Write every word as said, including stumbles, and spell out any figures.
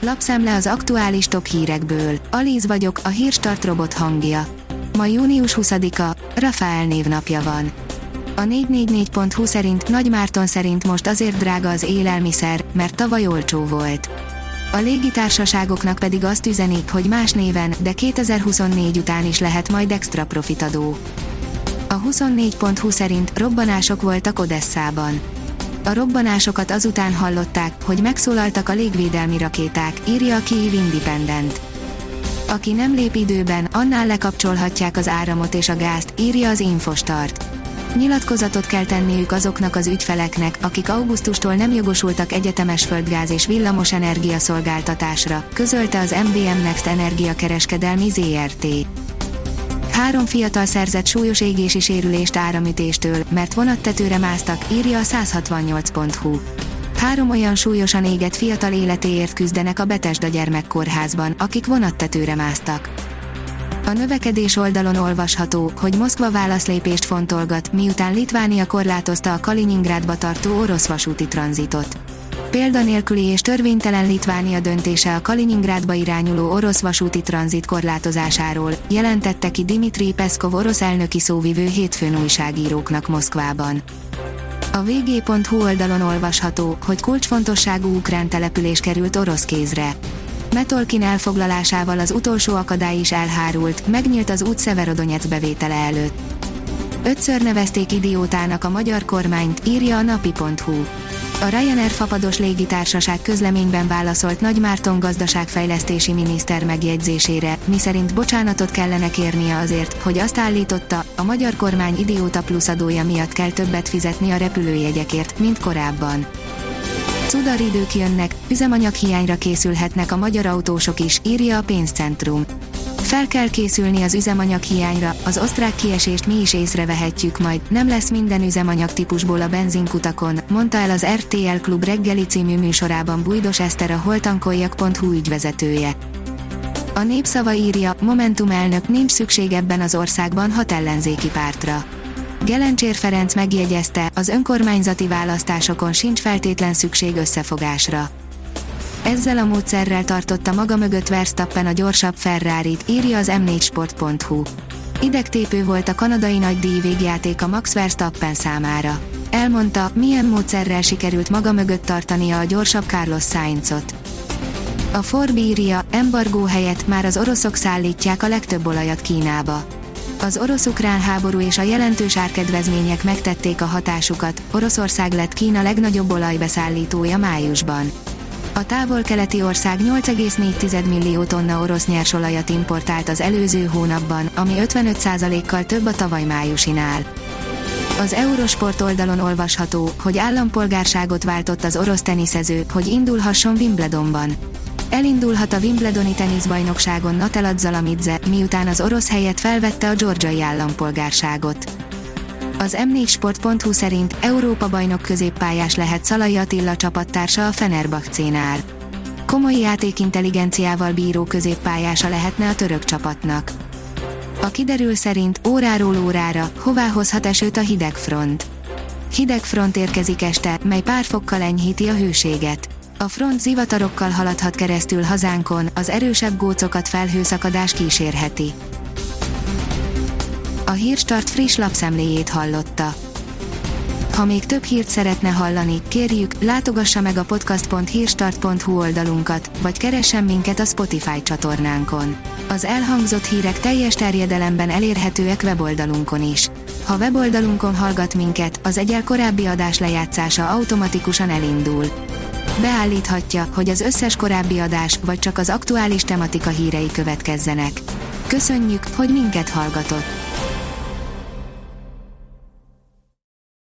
Lapszemle az aktuális top hírekből. Alíz vagyok, a Hírstart robot hangja. Ma június huszadika, Rafael névnapja van. A négy négy négy pont hu szerint Nagy Márton szerint most azért drága az élelmiszer, mert tavaly olcsó volt. A légitársaságoknak pedig azt üzenik, hogy más néven, de kétezer-huszonnégy után is lehet majd extra profitadó. A huszonnégy pont hu szerint robbanások voltak Odesszában. A robbanásokat azután hallották, hogy megszólaltak a légvédelmi rakéták, írja a Kyiv Independent. Aki nem lép időben, annál lekapcsolhatják az áramot és a gázt, írja az Infostart. Nyilatkozatot kell tenniük azoknak az ügyfeleknek, akik augusztustól nem jogosultak egyetemes földgáz és villamos energiaszolgáltatásra, közölte az em bé em Next Energiakereskedelmi zé er té. Három fiatal szerzett súlyos égési sérülést áramütéstől, mert vonattetőre másztak, írja a száz hatvannyolc pont hu. Három olyan súlyosan égett fiatal életéért küzdenek a Betesda gyermekkórházban, akik vonattetőre másztak. A növekedés oldalon olvasható, hogy Moszkva válaszlépést fontolgat, miután Litvánia korlátozta a Kaliningrádba tartó orosz vasúti tranzitot. Példanélküli és törvénytelen Litvánia döntése a Kaliningrádba irányuló orosz vasúti tranzit korlátozásáról, jelentette ki Dmitrij Peszkov orosz elnöki szóvivő hétfőn újságíróknak Moszkvában. A vg pont hu oldalon olvasható, hogy kulcsfontosságú ukrán település került orosz kézre. Metolkin elfoglalásával az utolsó akadály is elhárult, megnyílt az út Szeverodonyeck bevétele előtt. Ötször nevezték idiótának a magyar kormányt, írja a napi pont hu. A Ryanair fapados légitársaság közleményben válaszolt Nagy Márton gazdaságfejlesztési miniszter megjegyzésére, miszerint bocsánatot kellene kérnie azért, hogy azt állította, a magyar kormány idióta pluszadója miatt kell többet fizetni a repülőjegyekért, mint korábban. Cudar idők jönnek, üzemanyaghiányra készülhetnek a magyar autósok is, írja a Pénzcentrum. Fel kell készülni az üzemanyaghiányra, az osztrák kiesést mi is észrevehetjük majd, nem lesz minden üzemanyag típusból a benzinkutakon, mondta el az er té el Klub reggeli című műsorában Bújdos Eszter, a holtankoljak pont hu ügyvezetője. A Népszava írja, Momentum elnök, nincs szükség ebben az országban hat ellenzéki pártra. Gelencsér Ferenc megjegyezte, az önkormányzati választásokon sincs feltétlen szükség összefogásra. Ezzel a módszerrel tartotta maga mögött Verstappen a gyorsabb Ferrarit, írja az em négy sport pont hu. Idegtépő volt a kanadai nagydíj végjáték a Max Verstappen számára. Elmondta, milyen módszerrel sikerült maga mögött tartania a gyorsabb Carlos Sainzot. A Forbes írja, embargó helyett már az oroszok szállítják a legtöbb olajat Kínába. Az orosz-ukrán háború és a jelentős árkedvezmények megtették a hatásukat, Oroszország lett Kína legnagyobb olajbeszállítója májusban. A távol-keleti ország nyolc egész négy millió tonna orosz nyersolajat importált az előző hónapban, ami ötvenöt százalékkal több a tavaly májusinál. Az Eurosport oldalon olvasható, hogy állampolgárságot váltott az orosz teniszező, hogy indulhasson Wimbledonban. Elindulhat a Wimbledoni teniszbajnokságon Natelat Zalamidze, miután az orosz helyett felvette a georgiai állampolgárságot. Az em négy sport pont hu szerint Európa-bajnok középpályás lehet Szalai Attila csapattársa a Fenerbahcénál. Komoly játékintelligenciával bíró középpályása lehetne a török csapatnak. A kiderül szerint óráról órára, hová hozhat esőt a hideg front. Hideg front érkezik este, mely pár fokkal enyhíti a hőséget. A front zivatarokkal haladhat keresztül hazánkon, az erősebb gócokat felhőszakadás kísérheti. A Hírstart friss lapszemléjét hallotta. Ha még több hírt szeretne hallani, kérjük, látogassa meg a podcast pont hírstart pont hu oldalunkat, vagy keressen minket a Spotify csatornánkon. Az elhangzott hírek teljes terjedelemben elérhetőek weboldalunkon is. Ha weboldalunkon hallgat minket, az egyel korábbi adás lejátszása automatikusan elindul. Beállíthatja, hogy az összes korábbi adás, vagy csak az aktuális tematika hírei következzenek. Köszönjük, hogy minket hallgatott!